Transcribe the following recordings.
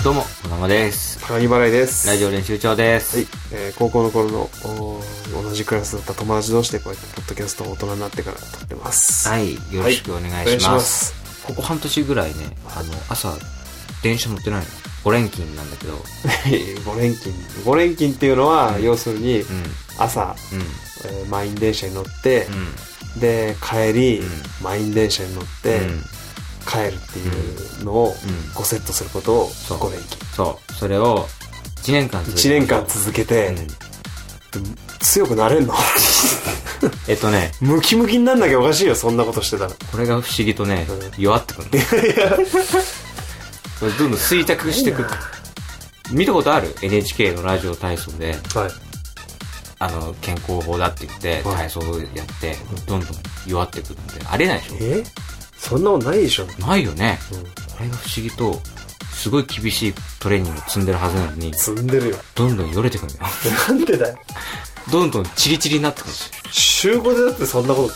どうも、小玉です。 高木払いです。 ラジオ練習長です。 はい。高校の頃の同じクラスだった友達同士でこうやってポッドキャストを大人になってから撮ってます。 はい。よろしくお願いします。ここ半年ぐらいね、朝、電車乗ってないの。5連勤なんだけど。 5連勤。5連勤っていうのは、要するに、朝、満員電車に乗って、で、帰り、満員電車に乗って、帰るっていうのを5セットすることを5連勤。 そう。それを1年間続けて、強くなれんのムキムキになんなきゃおかしいよ、そんなことしてたら。 これが不思議とね、弱ってくるどんどん衰弱してくる。見たことある NHK のラジオ体操で、健康法だって言って体操をやってどんどん弱ってくるんで、ありえないでしょ。 そんなことないでしょ。 ないよね。これが不思議とすごい厳しいトレーニングを積んでるはずなのに、 積んでるよ。 どんどんよれてくるんだよ。 なんでだよ。 どんどんチリチリになってくる。 週5でだってそんなこと、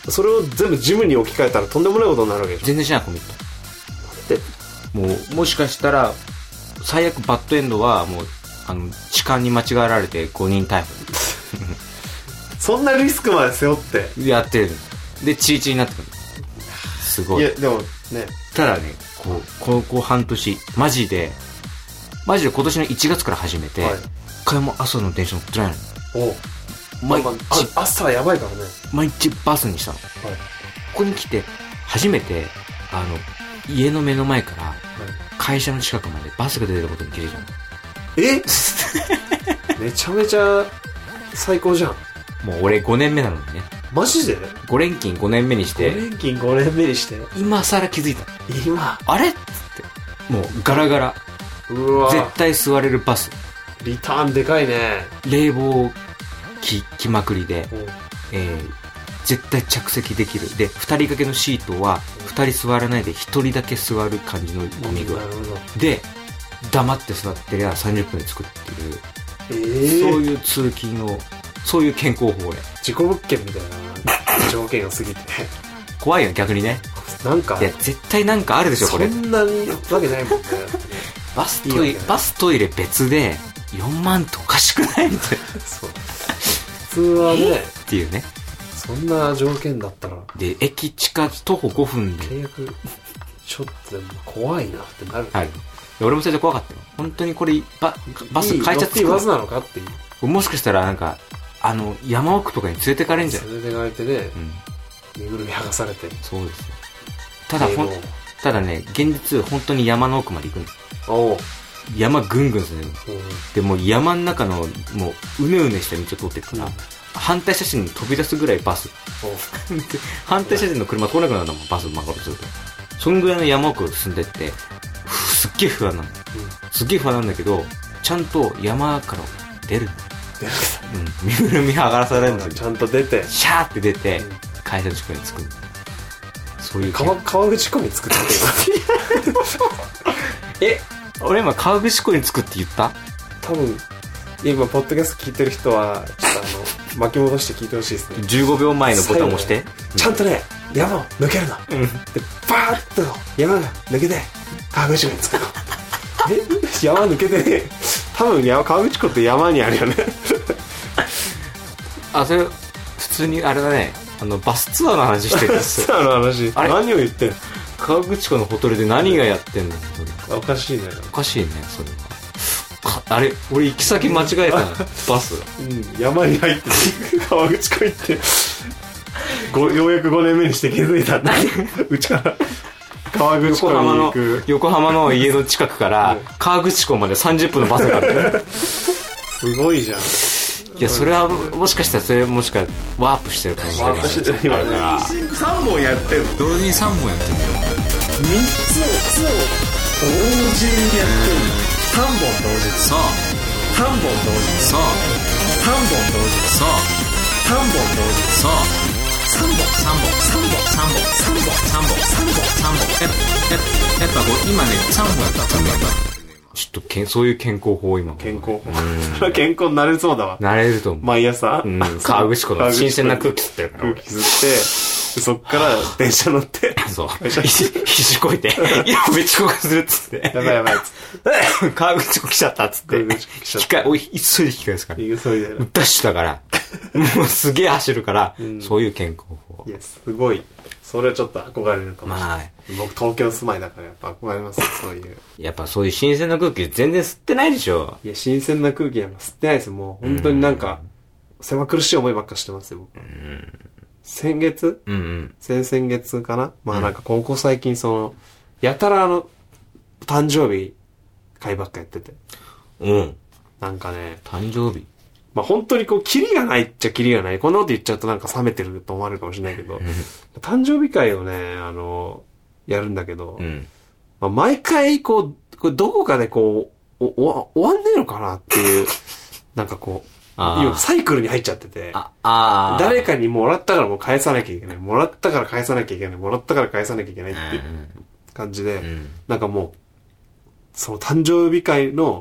それを全部ジムに置き換えたらとんでもないことになるわけでしょ。 全然しないコミット。もしかしたら最悪バッドエンドはもう痴漢に間違えられて5人逮捕。 そんなリスクまで背負ってやってる。でチリチリになってくる。すごい。 いやでもね、 ただね、ここ半年マジで今年の1月から始めて、一回も朝の電車乗ってないの。 朝はやばいからね。 毎日バスにしたの。ここに来て初めて家の目の前から会社の近くまでバスが出てることに気づいたの。めちゃめちゃ最高じゃん。もう俺5年目なのにね。 マジで 5連勤5年目にして今更気づいた。あれっつってもうガラガラ。うわ、絶対座れるバス。 リターンでかいね。 冷房着まくりで、絶対着席できる。で2人掛けのシートは2人座らないで1人だけ座る感じのゴミ具合で、黙って座ってりゃ30分で着くっていう、そういう通勤を、そういう健康法で自己物件みたいな条件が過ぎて怖いよ逆にね。なんかいや絶対なんかあるでしょこれ。 そんなにわけないもんね。 バストイレ別で4万っておかしくないみたいな。 そう普通はねっていうね。 そんな条件だったらで駅近徒歩5分で契約ちょっとでも怖いなってなる。 はい。俺も最初怖かったよ。本当にこれバス変えちゃっていいバスなのかっていう。 もしかしたらなんか山奥とかに連れてかれんじゃん。 連れてかれてね、身ぐるみ剥がされて。 そうですよ。ただね、現実本当に山の奥まで行くんです。山ぐんぐんするの。でもう山の中のもううねうねした道を通ってるから、反対車線に飛び出すぐらいバス。反対車線の車通らなくなるんだもん、バス曲がろうとすると。そんぐらいの山奥を進んでって、すっげえ不安なんだ。すっげえ不安なんだけど、ちゃんと山から出るの。身ぐるみ剥がされるんだよ。 ちゃんと出てシャーって出て、会社の近くに着く。そういう川口湖に着くって俺今川口湖に着くって言った？ 多分今ポッドキャスト聞いてる人はちょっと巻き戻して聞いてほしいですね。 15秒前のボタンを押して、 ちゃんとね山を抜けるの、でバーッと山が抜けて川口湖に着くの。山抜けてね、多分川口湖って山にあるよね。 それ普通にあれだね、バスツアーの話してる。 バスツアーの話。何を言ってんの？ 川口湖のホテルで何がやってんの？ おかしいね。 おかしいねそれは。あれ俺行き先間違えたの。バス。 山に入って川口湖行ってようやく5年目にして気づいたんだ。うちから川口湖に行く横浜の家の近くから川口湖まで30分のバスがある。 すごいじゃん。 いやそれはもしかしたらそれもしかワープしてるかもしれない。 ワープしてる今3本やってるの。 同時に3本やってるの。 3つを同時にやってるの。3本同時。 そう 3本同時。 そう 3本同時。 そう 3本同時。 そう 3本やっぱ今ね3本やった。ちょっとそういう健康法今。 健康になれそうだわ。 なれると思う。 毎朝、 川口湖の新鮮な空気吸ってるから。 空気吸って、 そっから電車乗って。 そう。必死こいて。いや、めっちゃ遅刻するっつって。 やばいやばいっつって。川口来ちゃったっつって。おい、急いで引き返すから。 急いで。 ダッシュだから。もうすげえ走るから、そういう健康法。 いや、すごい。それはちょっと憧れるかもしれない。まあ、僕東京住まいだからやっぱ憧れますよ、そういう。 やっぱそういう新鮮な空気全然吸ってないでしょ。 いや、新鮮な空気やっぱ吸ってないですよ。もう本当になんか、狭苦しい思いばっかしてますよ、僕。先月、先々月かな、まあなんかここ最近やたら誕生日会ばっかやってて。なんかね。 誕生日まあ本当にキリがないっちゃキリがない。こんなこと言っちゃうとなんか冷めてると思われるかもしれないけど、誕生日会をね、やるんだけど、まあ、毎回これどこかで終わんねえのかなっていう、なんかサイクルに入っちゃってて、誰かにもらったからもう返さなきゃいけない。もらったから返さなきゃいけない。もらったから返さなきゃいけないっていう感じで、なんかもう、その誕生日会の、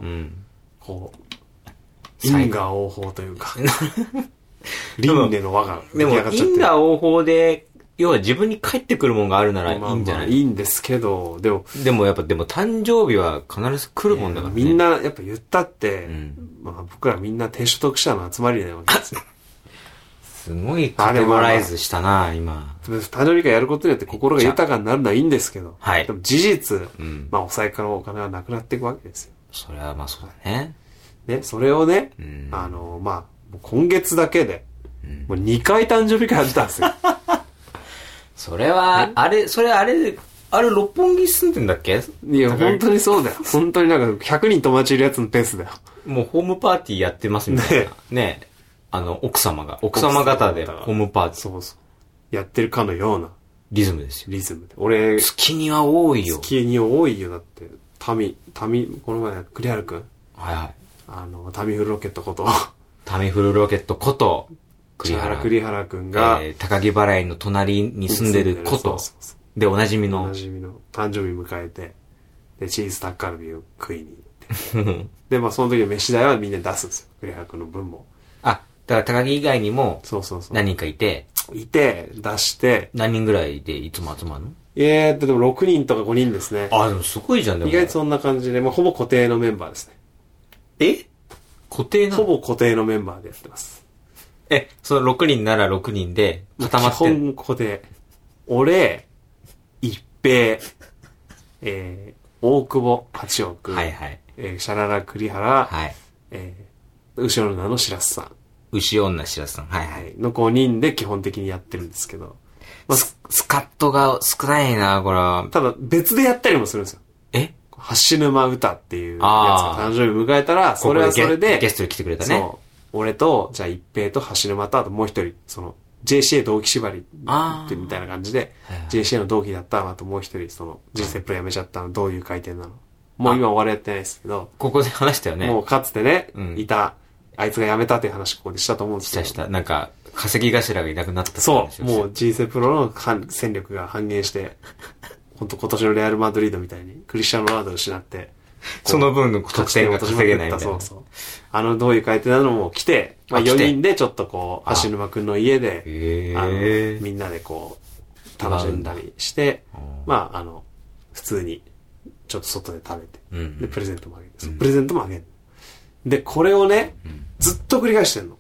因果応報というか、輪廻の輪が出来上がっちゃって。 でも、因果応報で、要は自分に返ってくるもんがあるならいいんじゃない？ いいんですけど、でも誕生日は必ず来るもんだからね。 みんなやっぱ言ったって、まあ僕らみんな低所得者の集まりなわけですよ。 すごいカテゴライズしたな、今。 誕生日会やることによって心が豊かになるのはいいんですけど、 はい。 でも事実、まあお財布からお金はなくなっていくわけですよ。 それはまあそうだね。 ね、それをね、まあ、今月だけで、もう2回誕生日会やったんですよ。 それは、あれ六本木住んでんだっけ？ いや、本当にそうだよ。本当になんか100人友達いるやつのペースだよ。 もうホームパーティーやってますみたいな。ね。奥様方でホームパーティー。 そうそう。やってるかのような。 リズムですよ。 リズムで。俺、 月には多いよ。 月に多いよ。だって、この前、栗原くん。 はいはい。 タミフルロケットこと。 タミフルロケットこと、 栗原くんが、 高木払いの隣に住んでること。で、おなじみの誕生日迎えて、で、チーズタッカルビを食いに行って。で、まあその時の飯代はみんな出すんですよ。栗原くんの分も。 だから高木以外にも、何人かいて、 出して、 何人ぐらいでいつも集まるの？ でも6人とか5人ですね。 でもすごいじゃん、でも。 意外とそんな感じで、まあほぼ固定のメンバーですね。 固定なの？ ほぼ固定のメンバーでやってます。 その6人なら6人で固まってる。 基本固定。俺、一平、大久保八億、 はいはい。 シャララ栗原、 はい。 後ろの名の白洲さん。 牛女白洲さん。はいはい。 の5人で基本的にやってるんですけど。 まあ、スカットが少ないな、これは。 ただ別でやったりもするんですよ。橋沼歌っていうやつが誕生日迎えたら、それはそれで、 ゲストに来てくれたね。そう。 俺と、じゃあ一平と橋沼と、あともう一人、JCA 同期縛りってみたいな感じで、JCA の同期だったあともう一人、人生プロやめちゃったの、どういう回転なの。もう今お笑いやってないですけど。 ここで話したよね。 もうかつてね、いた、あいつが辞めたっていう話ここでしたと思うんですけど。 した。なんか、稼ぎ頭がいなくなった。 そう。もう人生プロの戦力が半減して、本当今年のレアルマドリードみたいにクリスチャン・ロナウドを失って、 その分の得点が稼げないみたいな。 そう。どういう回転なのも来て、まあ4人でちょっと橋沼くんの家で、みんなで楽しんだりして、まあ普通に、ちょっと外で食べて、で、プレゼントもあげる。プレゼントもあげる。で、これをね、ずっと繰り返してんの。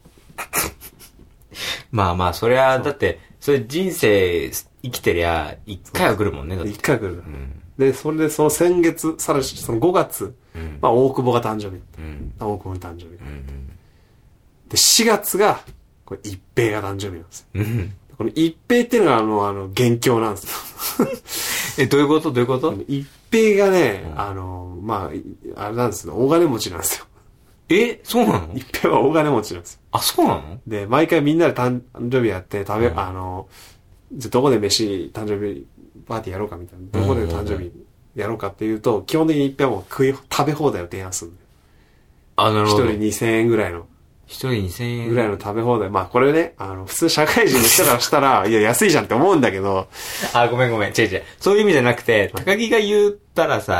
まあまあ、それは、だって、それ人生生きてりゃ、一回は来るもんね、だって。 一回来る。で、それでその先月、さらにその5月、まあ大久保が誕生日。大久保の誕生日。で、4月が、これ一平が誕生日なんですよ。この一平っていうのが元凶なんですよ。 どういうこと一平がね、まあ、あれなんですよ。大金持ちなんですよ。 そうなの？ 一平は大金持ちなんですよ。 あ、そうなの？ で、毎回みんなで誕生日やってじゃあどこで誕生日パーティーやろうかみたいな。どこで誕生日やろうかっていうと、基本的に一平はもう食べ放題を提案するんだよ。 なるほど。 一人2000円ぐらいの。 一人2000円ぐらいの食べ放題。まあこれね、普通社会人の人からしたら、いや安いじゃんって思うんだけど。 ごめん。違う。そういう意味じゃなくて、高木が言ったらさ、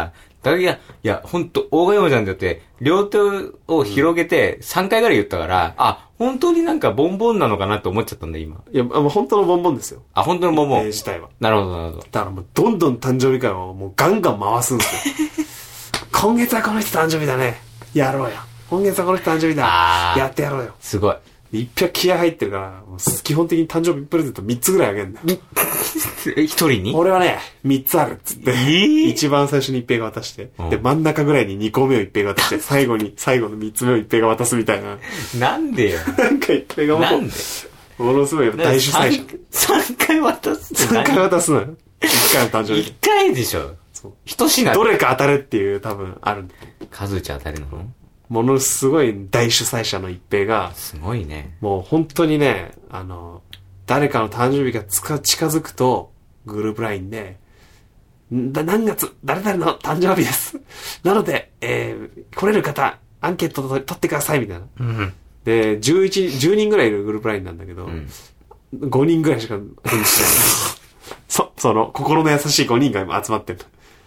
いや、ほんと、大山ちゃんだって、両手を広げて3回ぐらい言ったから、本当になんかボンボンなのかなって思っちゃったんだ、今。 いや、本当のボンボンですよ。 本当のボンボン。 自体は。 なるほど、なるほど。 だからもう、どんどん誕生日会をもうガンガン回すんですよ。今月はこの人誕生日だね。やろうよ。今月はこの人誕生日だ。やってやろうよ。 すごい。 一票気合入ってるから、もう基本的に誕生日プレゼント3つぐらいあげるんだよ。 一人に俺はね、3つあるっつって。一番最初に一平が渡して、で、真ん中ぐらいに2個目を一平が渡して、最後の3つ目を一平が渡すみたいな。 なんでよ。 なんか一平がもう、 なんでものすごい大主催者。 3回渡す 3回渡すのよ。1回の誕生日。 1回でしょ。一品。 どれか当たるっていう多分あるんだよ。 数打ち当たるの？ ものすごい大主催者の一平が、 すごいね。 もう本当にね、誰かの誕生日が近づくと、グループラインで、何月、誰々の誕生日です。なので、来れる方、アンケート取ってください、みたいな。 うん、 で、10人ぐらいいるグループラインなんだけど、5人ぐらいしか返事しない。その、心の優しい5人が今集まってる。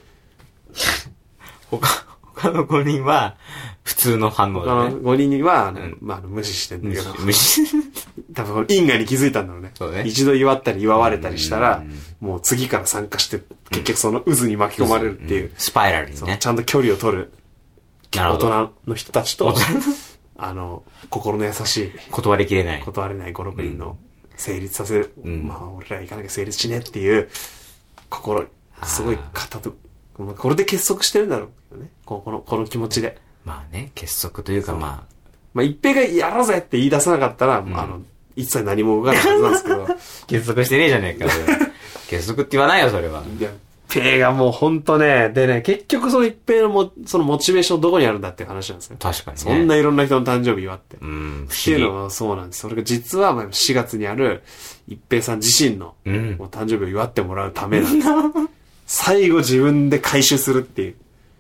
他の5人は、普通の反応だね。 他の5人は、無視してんだけど。無視多分、因果に気づいたんだろうね。 そうね。 一度祝ったり祝われたりしたら、もう次から参加して、結局その渦に巻き込まれるっていう。 スパイラルにね。 ちゃんと距離を取る。大人の人たちと、心の優しい。 断りきれない。 断れない5、6人の成立させる。俺ら行かなきゃ成立しねっていう、すごいこれで結束してるんだろうね。この気持ちで。 まあね、結束というかまあ一平がやろうぜって言い出さなかったら、一切何も動かないはずなんですけど。 結束してねえじゃねえか、結束って言わないよ、それは。 いや、一平がもうほんとね、でね、結局その一平のそのモチベーションどこにあるんだっていう話なんですよ。 確かにね。 そんないろんな人の誕生日祝って。 不思議。 っていうのはそうなんです。それが実は4月にある一平さん自身の、誕生日を祝ってもらうためなんです。最後自分で回収するっていう。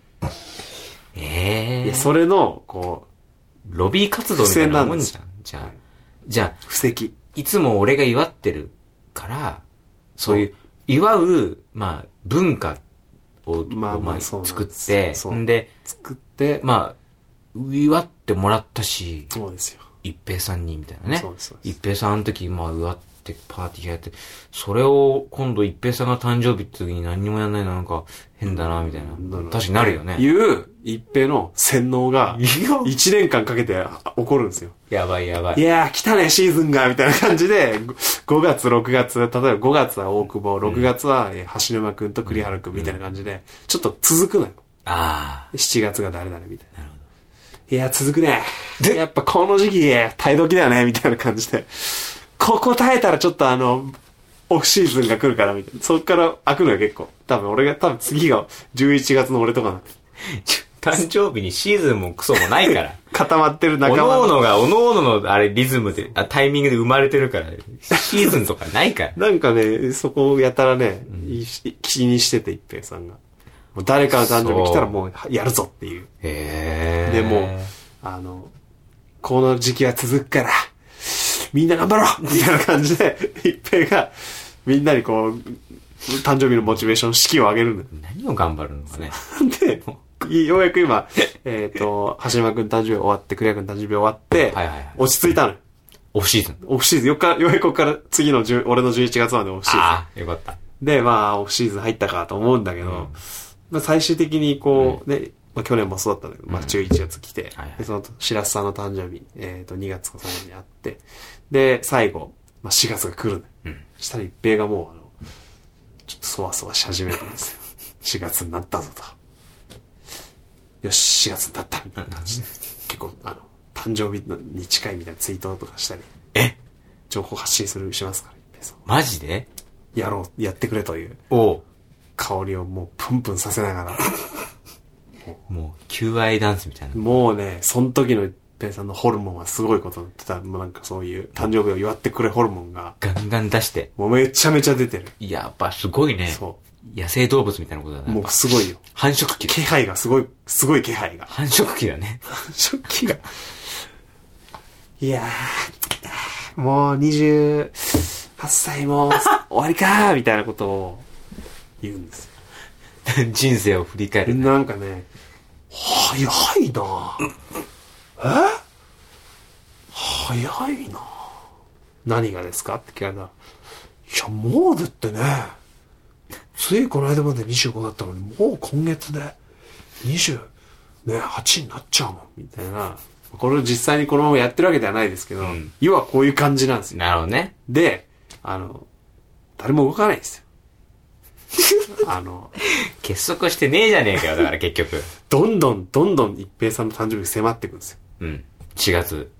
いやそれの、 ロビー活動みたいなもんじゃん。じゃあ、 布石。 いつも俺が祝ってるから、そういう、祝う、文化を、作って、で、 作って、 祝ってもらったし、 そうですよ。 一平さんに、みたいなね。 そうです。 一平さんの時、祝ってパーティーやって、それを今度一平さんが誕生日って時に何にもやんないのなんか変だな、みたいな。確かになるよね。 一平の洗脳が、1年間かけて起こるんですよ。 やばい。いやー、来たね、シーズンが、みたいな感じで、5月、6月、例えば5月は大久保、6月は橋沼くんと栗原くんみたいな感じで、ちょっと続くのよ。7月が誰々みたいな。なるほど。いや、続くね。やっぱこの時期、耐え時だよね、みたいな感じで。ここ耐えたらちょっとオフシーズンが来るから、みたいな。そっから開くのよ、結構。多分次が11月の俺とかな。 誕生日にシーズンもクソもないから。 固まってる仲間。 おののリズムで、タイミングで生まれてるから、シーズンとかないから。 なんかね、そこをやたらね、気にしてて、一平さんが。もう誰かの誕生日来たらもうやるぞっていう。で、もう、この時期は続くから、みんな頑張ろうみたいな感じで、一平が、みんなに誕生日のモチベーション、式を上げるんだよ。 何を頑張るのかね。 で、ようやく今、橋島くん誕生日終わって、栗原くん誕生日終わって、落ち着いたのよ。 オフシーズン。 オフシーズン。ようやくここから次の俺の11月までオフシーズン。 よかった。 で、オフシーズン入ったかと思うんだけど、最終的に去年もそうだったんだけど、11月来て、で、その白洲さんの誕生日、2月か3日にあって、で、最後、4月が来るのよ。したら一平がもう、ちょっとそわそわし始めたんですよ。4月になったぞと。よし、4月になったみたいな感じで。結構、誕生日に近いみたいなツイートとかしたり。情報発信しますから、一平さん。 マジでやってくれという。香りをもうプンプンさせながら。 もう、求愛ダンスみたいな。 もうね、その時の一平さんのホルモンはすごいことになってた。もうなんかそういう誕生日を祝ってくれホルモンが。 ガンガン出して。 もうめちゃめちゃ出てる。 やっぱすごいね。そう。野生動物みたいなことだね。 もうすごいよ。 繁殖期。 気配がすごい気配が。 繁殖期だね。 繁殖期が。いやー、もう28歳も終わりかーみたいなことを言うんですよ。 人生を振り返る。 なんかね、早いな早いな何がですかって聞かれたら、いや、もうだってね、ついこの間まで25だったのに、もう今月で28になっちゃうもん、みたいな。これを実際にこのままやってるわけではないですけど、要はこういう感じなんですよ。 なるほどね。 で、誰も動かないんですよ。 結束してねえじゃねえかよ、だから結局。 どんどん一平さんの誕生日迫っていくんですよ。 うん。4月。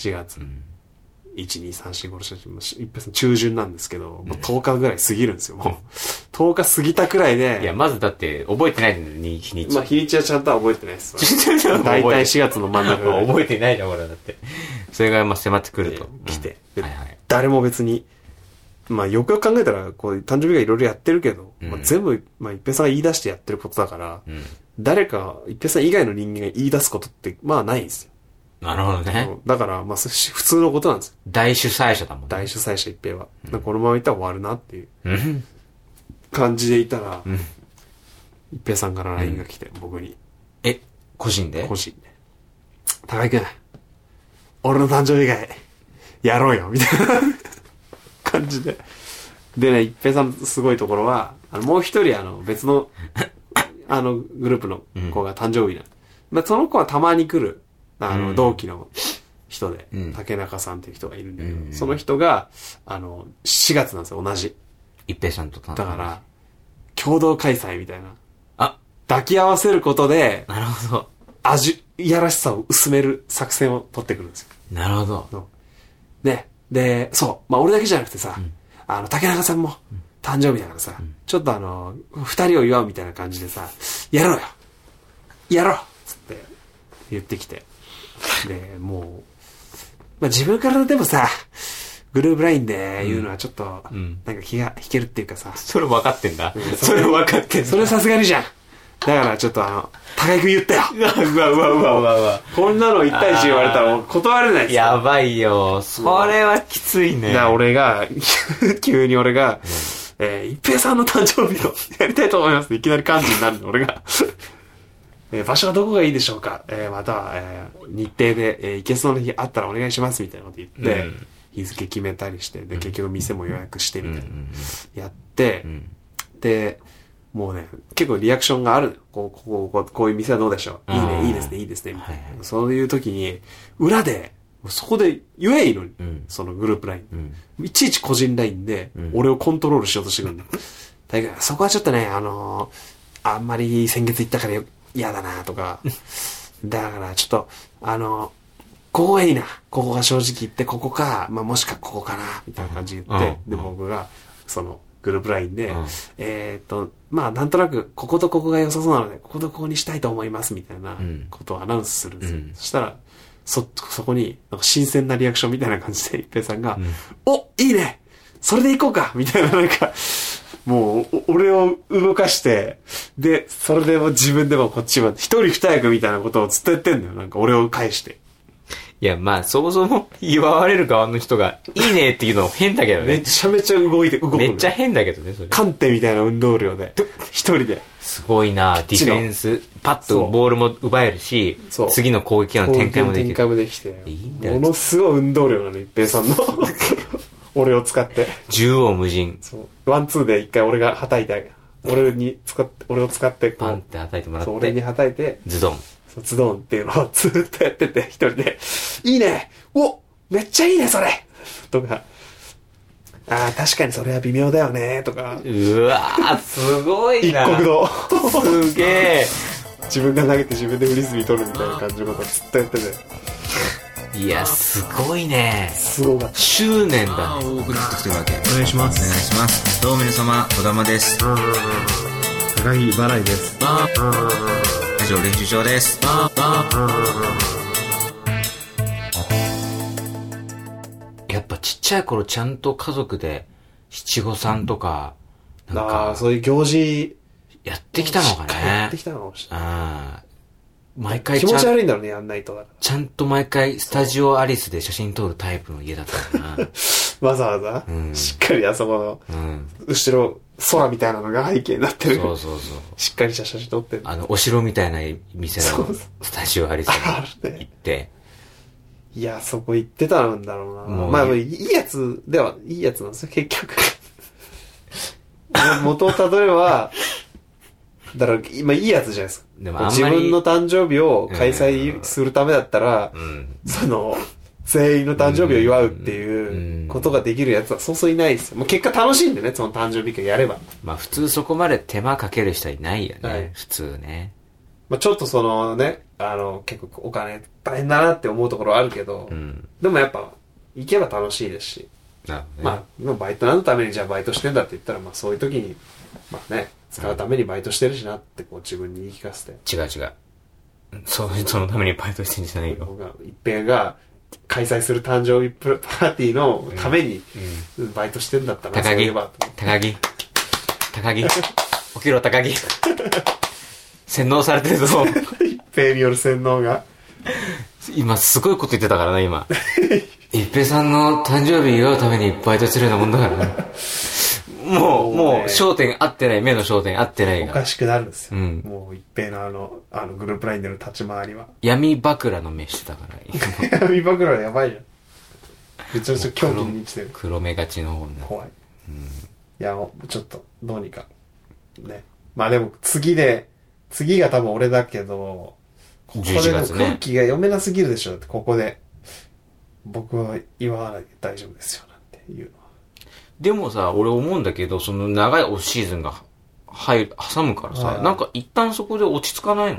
1、2、3、4、5、6、7、一平さん中旬なんですけど、もう10日ぐらい過ぎるんですよ、もう。10日過ぎたくらいで。 いや、まずだって覚えてないんだよ、日にち。 まあ、日にちはちゃんとは覚えてないです。大体4月の真ん中ぐらい。 覚えてないじゃん、俺だって。それがまあ迫ってくると。 来て。 はいはい。 誰も別に、まあよくよく考えたら、こう誕生日がいろいろやってるけど、まあ、全部、まあ一平さんが言い出してやってることだから、誰か、一平さん以外の人間が言い出すことって、まあないんですよ。 なるほどね。 だから、まあ普通のことなんですよ。 大主催者だもんね。 大主催者一平は。このままいったら終わるなっていう感じでいたら、一平さんから LINE が来て、僕に。 個人で？ 個人で。高井くん、俺の誕生日会、やろうよ、みたいな感じで。でね、一平さんのすごいところは、もう一人別の、グループの子が誕生日なの。まあ、その子はたまに来る、同期の人で、竹中さんっていう人がいるんだけど、その人が、4月なんですよ、同じ。 一平さんとだから、共同開催みたいな。 あ、 抱き合わせることで、 なるほど。 いやらしさを薄める作戦を取ってくるんですよ。 なるほど。 ね。で、そう。まあ、俺だけじゃなくてさ、竹中さんも誕生日だからさ、ちょっと二人を祝うみたいな感じでさ、やろうよやろうつって言ってきて。で、もう、まあ、自分からでもさ、グループラインで言うのはちょっと、なんか気が引けるっていうかさ。 それ分かってんだ。それ分かってんだ。 それさすがにじゃん。だからちょっと高井くん言ったよ。 うわ。 こんなの1対1言われたらもう断れないですよ。 やばいよ。それはきついね。 だから俺が、急に俺が、一平さんの誕生日をやりたいと思いますっていきなり幹事になるの、俺が。場所はどこがいいでしょうか、または、日程で、行けそうな日あったらお願いしますみたいなこと言って、日付決めたりして、で、結局店も予約してみたいな。やって、で、もうね、結構リアクションがある。こういう店はどうでしょう。いいね、いいですね、いいですね、みたいな。そういう時に、裏で、そこで言えいいのに、そのグループライン。いちいち個人ラインで、俺をコントロールしようとしてくるんだ。だけど、そこはちょっとね、あんまり先月行ったから嫌だなとか、だからちょっと、ここがいいな。ここが正直言って、ここか、まあ、もしかここかな、みたいな感じで言って、で、僕が、その、グループラインで、まあ、なんとなく、こことここが良さそうなので、こことここにしたいと思います、みたいなことをアナウンスするんですよ。そしたら、そこに、なんか新鮮なリアクションみたいな感じで、一平さんが、お、いいねそれで行こうかみたいな、なんか、もう、俺を動かして、で、それでも自分でもこっちは、一人二役みたいなことをずっとやってんだよ。なんか、俺を返して。 いや、まあ、そもそも祝われる側の人が、いいねっていうの変だけどね。 めちゃめちゃ動く。 めっちゃ変だけどね、それ。 カンテみたいな運動量で、一人で。 すごいな、ディフェンス。パッとボールも奪えるし、次の攻撃の展開もできる。 展開もできて。 いいんだよ。 ものすごい運動量なの、一平さんの。俺を使って。 縦横無尽。 そう。ワンツーで一回俺が叩いてあげる。俺を使って、 パンって叩いてもらって。 俺に叩いて、 ズドン。 ズドンっていうのをずっとやってて、一人で、いいねおめっちゃいいねそれとか、ああ、確かにそれは微妙だよねとか。 うわー、すごいな。 一国道。 すげえ。 自分が投げて自分でフリスビー取るみたいな感じのことをずっとやってて。 いや、すごいね。 すごかった。 執念だね。 お送りしてきてるわけ。 お願いします。 お願いします。どうも皆様、小玉です。 高木払いです。 以上練習場です。 やっぱちっちゃい頃ちゃんと家族で七五三とか、なんかそういう行事やってきたのかね。 やってきたのかもしれない。 毎回気持ち悪いんだろうね、やんないとだから。 ちゃんと毎回スタジオアリスで写真撮るタイプの家だったかな。 わざわざ、しっかりあそこの、後ろ、空みたいなのが背景になってる。 そう。 しっかりした写真撮ってる。 お城みたいな店のスタジオありそうに行って。 いや、そこ行ってたんだろうな。まあ、いいやつなんですよ、結局。元をたどれば、だから今いいやつじゃないですか。でも自分の誕生日を開催するためだったら、全員の誕生日を祝うっていうことができるやつはそうそういないですよ。もう結果楽しいんでね、その誕生日会やれば。 まあ普通そこまで手間かける人はいないよね。はい、普通ね。 まあちょっと結構お金大変だなって思うところはあるけど、でもやっぱ行けば楽しいですし。まあバイト何のためにじゃあバイトしてんだって言ったら、まあそういう時に、まあね、使うためにバイトしてるしなってこう自分に言い聞かせて。 違う。そのためにバイトしてんじゃないよ。 一平が開催する誕生日パーティーのためにバイトしてんだったら、 高木起きろ高木洗脳されてるぞ一平による洗脳が今すごいこと言ってたからな今一平さんの誕生日祝うためにバイトしてるようなもんだからねもう焦点合ってない、目の焦点合ってないがおかしくなるんですよ、もう一平のグループラインでの立ち回りは闇バクラの目してたから闇バクラやばいじゃん。めちゃめちゃ狂気に満ちてる。 黒目がちの方にな怖い、いやちょっとどうにかね。まあでも次が多分俺だけど、ここでの空気が読めなすぎるでしょ。だってここで僕は祝わなきゃ大丈夫ですよなんていうのは。 でもさ、俺思うんだけど、その長いオフシーズンが挟むからさ、なんか一旦そこで落ち着かないの？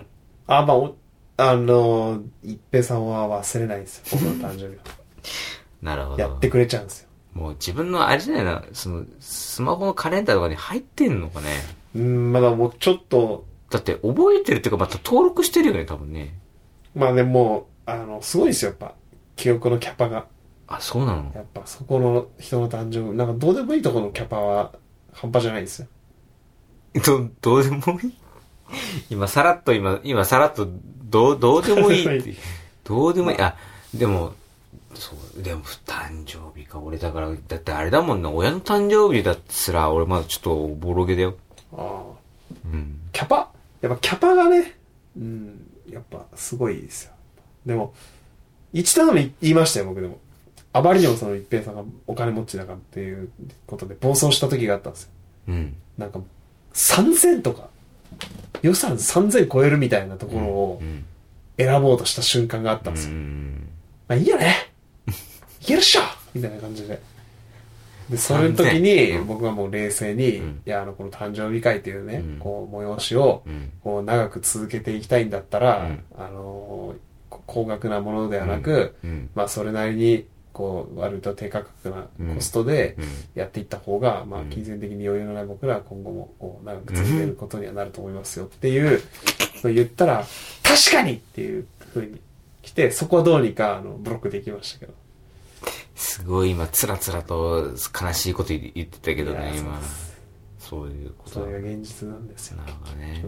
一平さんは忘れないんですよ、僕の誕生日は。 なるほど。 やってくれちゃうんですよ。 もう自分のあれじゃないな、スマホのカレンダーとかに入ってんのかね。 まだもうちょっと。 だって覚えてるっていうか、また登録してるよね、多分ね。 まあでも、すごいですよ、やっぱ。記憶のキャパが。 あ、そうなの？ やっぱそこの人の誕生日、なんかどうでもいいところのキャパは半端じゃないですよ。 どうでもいい今さらっとどうでもいいってどうでもいい、でも誕生日か。俺だってあれだもんな、親の誕生日だってすら俺まだちょっとボロゲだよ。 キャパやっぱキャパがね、やっぱすごいですよ。でも一度言いましたよ、僕。でもあまりにもその一平さんがお金持ちだからっていうことで暴走した時があったんですよ。なんか3000とか予算3000超えるみたいなところを選ぼうとした瞬間があったんですよ。まあいいよねいけるっしょみたいな感じで。で、それの時に僕はもう冷静に、いや、この誕生日会っていうね、こう催しをこう長く続けていきたいんだったら、高額なものではなく、まあそれなりにこう割と低価格なコストでやっていった方が、まあ金銭的に余裕のない僕らは今後もこう長く続けることにはなると思いますよっていうのを言ったら、確かにっていう風に来て、そこはどうにかブロックできましたけど。 すごい今つらつらと悲しいこと言ってたけどね、今。そういうこと。 それが現実なんですよ。 なるほどね。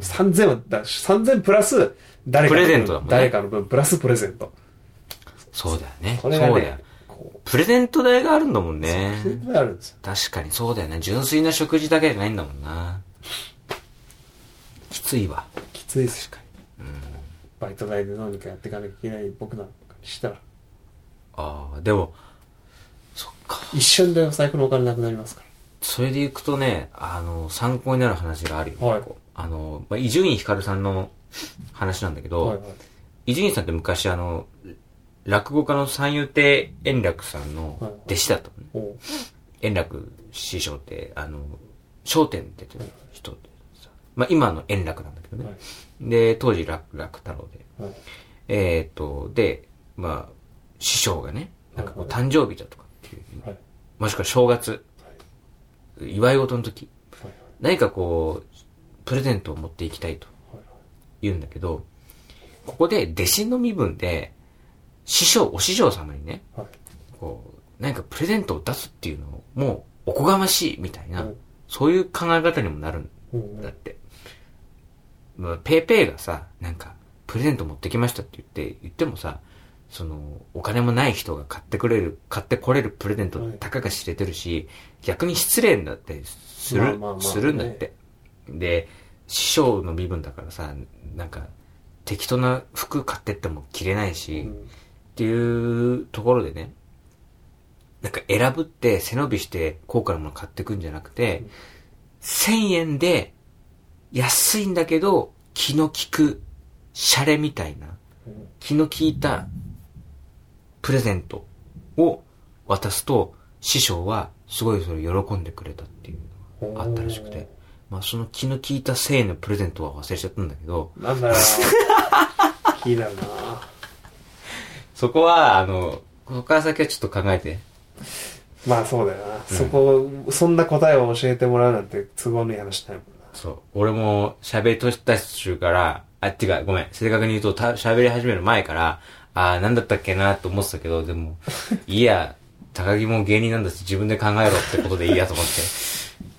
3000プラス誰かの分、 プレゼントだもんね。 誰かの分プラスプレゼント。 そうだよね。 これがね、 そうだよ。プレゼント代があるんだもんね。 プレゼント代あるんですよ。 確かにそうだよね。純粋な食事だけじゃないんだもんな。きついわ。 きついですしかに。バイト代でどうにかやっていかなきゃいけない僕なんかにしたら。 でも、そっか。 一瞬でお財布のお金なくなりますから。 それでいくとね、参考になる話があるよ。はい。伊集院光さんの話なんだけど、伊集院さんって昔落語家の三遊亭円楽さんの弟子だったのね。円楽師匠って、笑点って人でさ、まあ今の円楽なんだけどね。で、当時楽太郎で。で、まあ、師匠がね、なんかこう誕生日だとかっていう、もしくは正月、祝い事の時、何かこう、プレゼントを持っていきたいと言うんだけど、ここで弟子の身分で、お師匠様にね、こう、何かプレゼントを出すっていうのを、もうおこがましいみたいな、そういう考え方にもなるんだって。ペイペイがさ、なんか、プレゼント持ってきましたって言ってもさ、 その、お金もない人が買ってこれるプレゼントたかが知れてるし、逆に失礼だってするんだって。で、師匠の身分だからさ、なんか、適当な服買ってっても着れないし、っていうところでね、なんか選ぶって背伸びして高価なもの買ってくんじゃなくて、1000円で安いんだけど気の利くシャレみたいな、気の利いたプレゼントを渡すと師匠はすごいそれ喜んでくれたっていうのがあったらしくて、まあその気の利いた1000円のプレゼントは忘れちゃったんだけど、 なんだよ気になるな。 そこはここから先はちょっと考えて。 まあそうだよな、そんな答えを教えてもらうなんて都合のいい話ないもんな。 そう。俺も喋りとした途中から、ごめん。正確に言うと喋り始める前から、なんだったっけなと思ってたけど、でも、いや、高木も芸人なんだし自分で考えろってことでいいやと思って。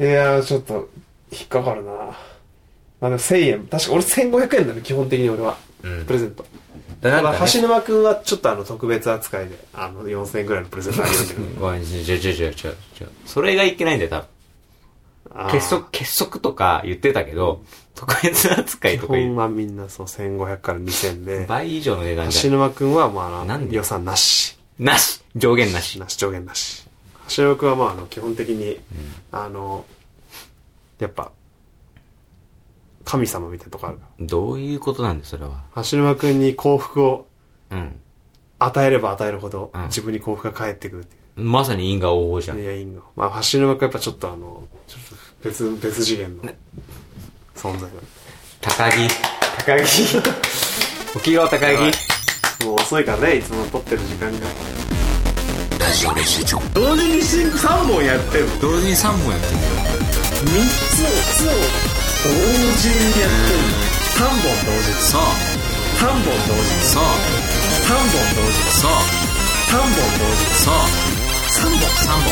いやー、ちょっと、引っかかるな。まあでも1000円。確か俺1500円だね、基本的に俺は。プレゼント。だから、橋沼くんはちょっと特別扱いで、4000円ぐらいのプレゼントあげるんだけど。 ごめん、それがいけないんだよ、多分。結束とか言ってたけど、特別扱いとか基本はみんなそう1500から2000で。 倍以上の値段じゃん。橋沼くんはまあ予算なし。 上限なし。 上限なし。橋沼くんはまあ基本的に、やっぱ、神様みたいなとこあるから。 どういうことなんだよ、それは。 橋沼くんに幸福を、与えれば与えるほど、自分に幸福が返ってくるっていう。 まさに因果応報じゃん。 いや、因果。まあ、橋沼くんやっぱちょっと別次元の存在だ。 高木。起きろ、高木。もう遅いからね、いつも撮ってる時間が。 ラジオ練習中。 同時に3本やってるの。 同時に3本やってる。 3つを同時にやってる。3本同時。 そう。 3本同時。 そう。 3本同時。 そう。 3本同時。 そう。 3本。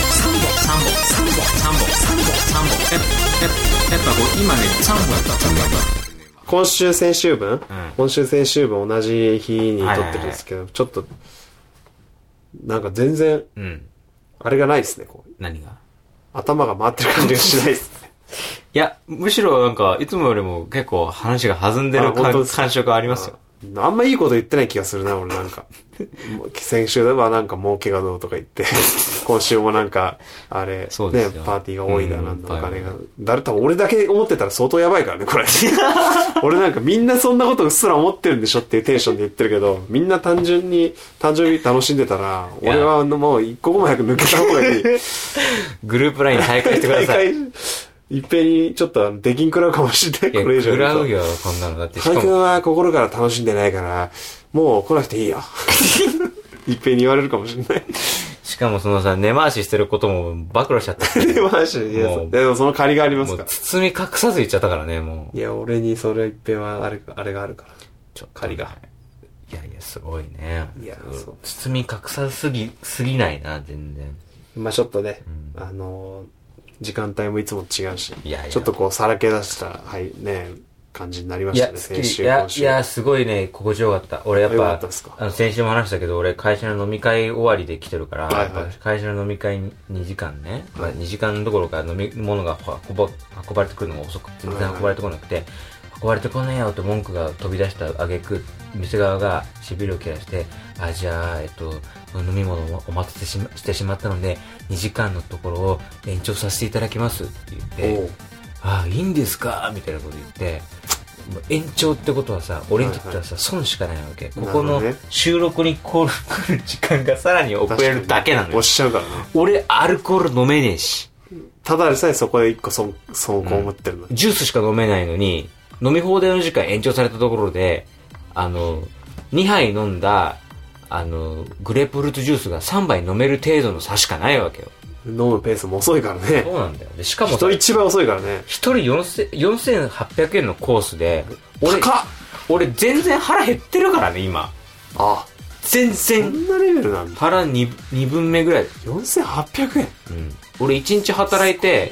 やっぱ今ね、3本やった。 今週先週分同じ日に撮ってるんですけど、ちょっと、なんか全然、あれがないですね、こう。 何が？ 頭が回ってる感じがしないですね。 いや、むしろなんか、いつもよりも結構話が弾んでる感触がありますよ。 あんまいいこと言ってない気がするな、俺なんか。先週はなんか儲けがどうとか言って、今週もなんか、あれ、ね、パーティーが多いだなんだお金が。多分俺だけ思ってたら相当やばいからね、これ。俺なんかみんなそんなことうっすら思ってるんでしょっていうテンションで言ってるけど、みんな単純に誕生日楽しんでたら、俺はもう一刻も早く抜けた方がいい。 グループライン再開してください。 いっぺんにちょっと出禁食らうかもしれない。これ以上。 食らうよ、こんなの。だって。 ハイ君は心から楽しんでないから、もう来なくていいよ。いっぺんに言われるかもしれない。 しかもそのさ、根回ししてることも暴露しちゃった。 根回し、いや、でもその借りがありますから。 包み隠さず言っちゃったからね、もう。 いや、俺にそれ一遍はあれがあるから。借りが。 いや、すごいね。 いや、そう。 包み隠さすぎないな、全然。 まあちょっとね、時間帯もいつも違うし、ちょっとこうさらけ出した、感じになりましたね、先週。 いや、すごいね、心地よかった。俺やっぱ、先週も話したけど、俺会社の飲み会終わりで来てるから、会社の飲み会2時間ね、2時間どころか飲み物が運ばれてくるのが遅くて、全然運ばれてこなくて、運ばれてこねえよって文句が飛び出した挙句、店側がしびれを切らして、じゃあ、飲み物をお待たせしてしまったので、2時間のところを延長させていただきますって言って、いいんですかみたいなこと言って、延長ってことはさ、俺にとってはさ、損しかないわけ。ここの収録に来る時間がさらに遅れるだけなのよ。 押しちゃうからね。 俺、アルコール飲めねえし。 ただでさえそこで一個損被ってるの。 ジュースしか飲めないのに、飲み放題の時間延長されたところで、2杯飲んだ、グレープフルーツジュースが3杯飲める程度の差しかないわけよ。 飲むペースも遅いからね。 そうなんだよ。でしかも人一番遅いからね。 一人4800円のコースで、俺全然腹減ってるからね、今。全然。 そんなレベルなんだ。 腹2分目ぐらい。 4800円。 俺1日働いて、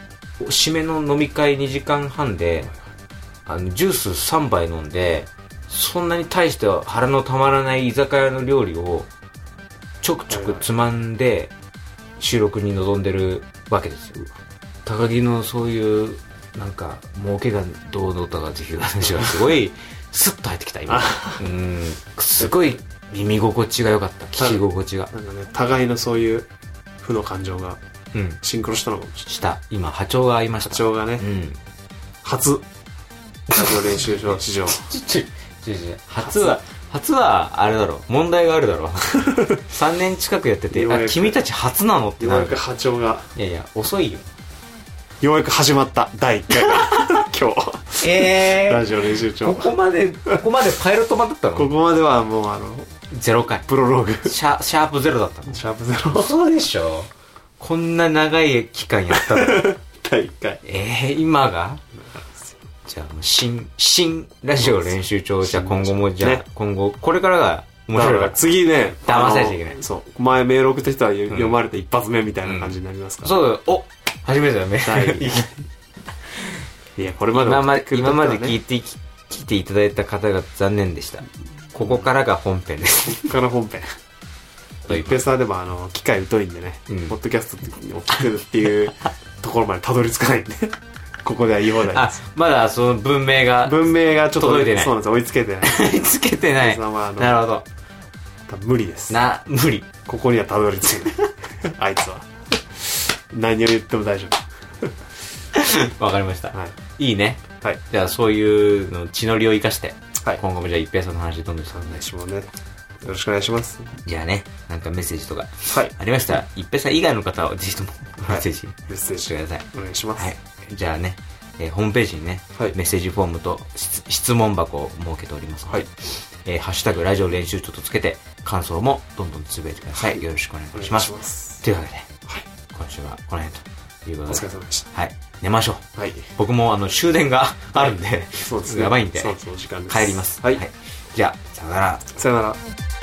締めの飲み会2時間半で、ジュース3杯飲んで、 そんなに大して腹のたまらない居酒屋の料理をちょくちょくつまんで収録に臨んでるわけですよ。高木のそういうなんか儲けがどうのとかっていう話がすごいスッと入ってきた今。すごい耳心地が良かった。聞き心地がなんかね、互いのそういう負の感情がシンクロしたのかもしれない。 した今波長が合いました。 波長がね、初ラジオ練習場史上初はあれだろ、問題があるだろ。3年近くやってて、君たち初なのってなる。 ようやく波長が、 いやいや遅いよ。 ようやく始まった第1回が今日ラジオ練習場。 ここまでパイロット版だったの？ ここまではもう 0回プロローグシャープ0だったの？ シャープ0。 そうでしょ。こんな長い期間やったの。 第1回。 今がじゃあもう新ラジオ練習帳。じゃあ今後も今後これからが面白いから。 次ね、 騙されちゃいけない。 そう。前メール送った人は読まれて一発目みたいな感じになりますから。 そうだ。初めてだよ、メール。 いや、これまで今まで聞いていただいた方が残念でした。ここからが本編です。 ここから本編。一平さんでも機械疎いんでね、ポッドキャストを聞くっていうところまでたどり着かないんで。ここでは言い放題です。 まだその文明がちょっと届いてない。 そうなんです、追いつけてない。 追いつけてない。なるほど。 多分無理です。 無理。 ここにはたどり着けない。あいつは。何を言っても大丈夫。わかりました。いいね。 はい。 じゃあそういうの血のりを生かして、今後もじゃあ一平さんの話どんどんしてください。 私もね、よろしくお願いします。 じゃあね、なんかメッセージとかありましたら、一平さん以外の方はぜひともメッセージしてください。 お願いします。 はい。じゃあね、ホームページにね、メッセージフォームと質問箱を設けておりますので、ハッシュタグラジオ練習帳とつけて感想もどんどんつぶやいてください。よろしくお願いします。というわけで、今週はこの辺ということで、 お疲れ様でした。 はい、寝ましょう。僕も終電があるんで、 そうですね、 やばいんでそう時間です。 帰ります。 はい。 じゃあさよなら。 さよなら。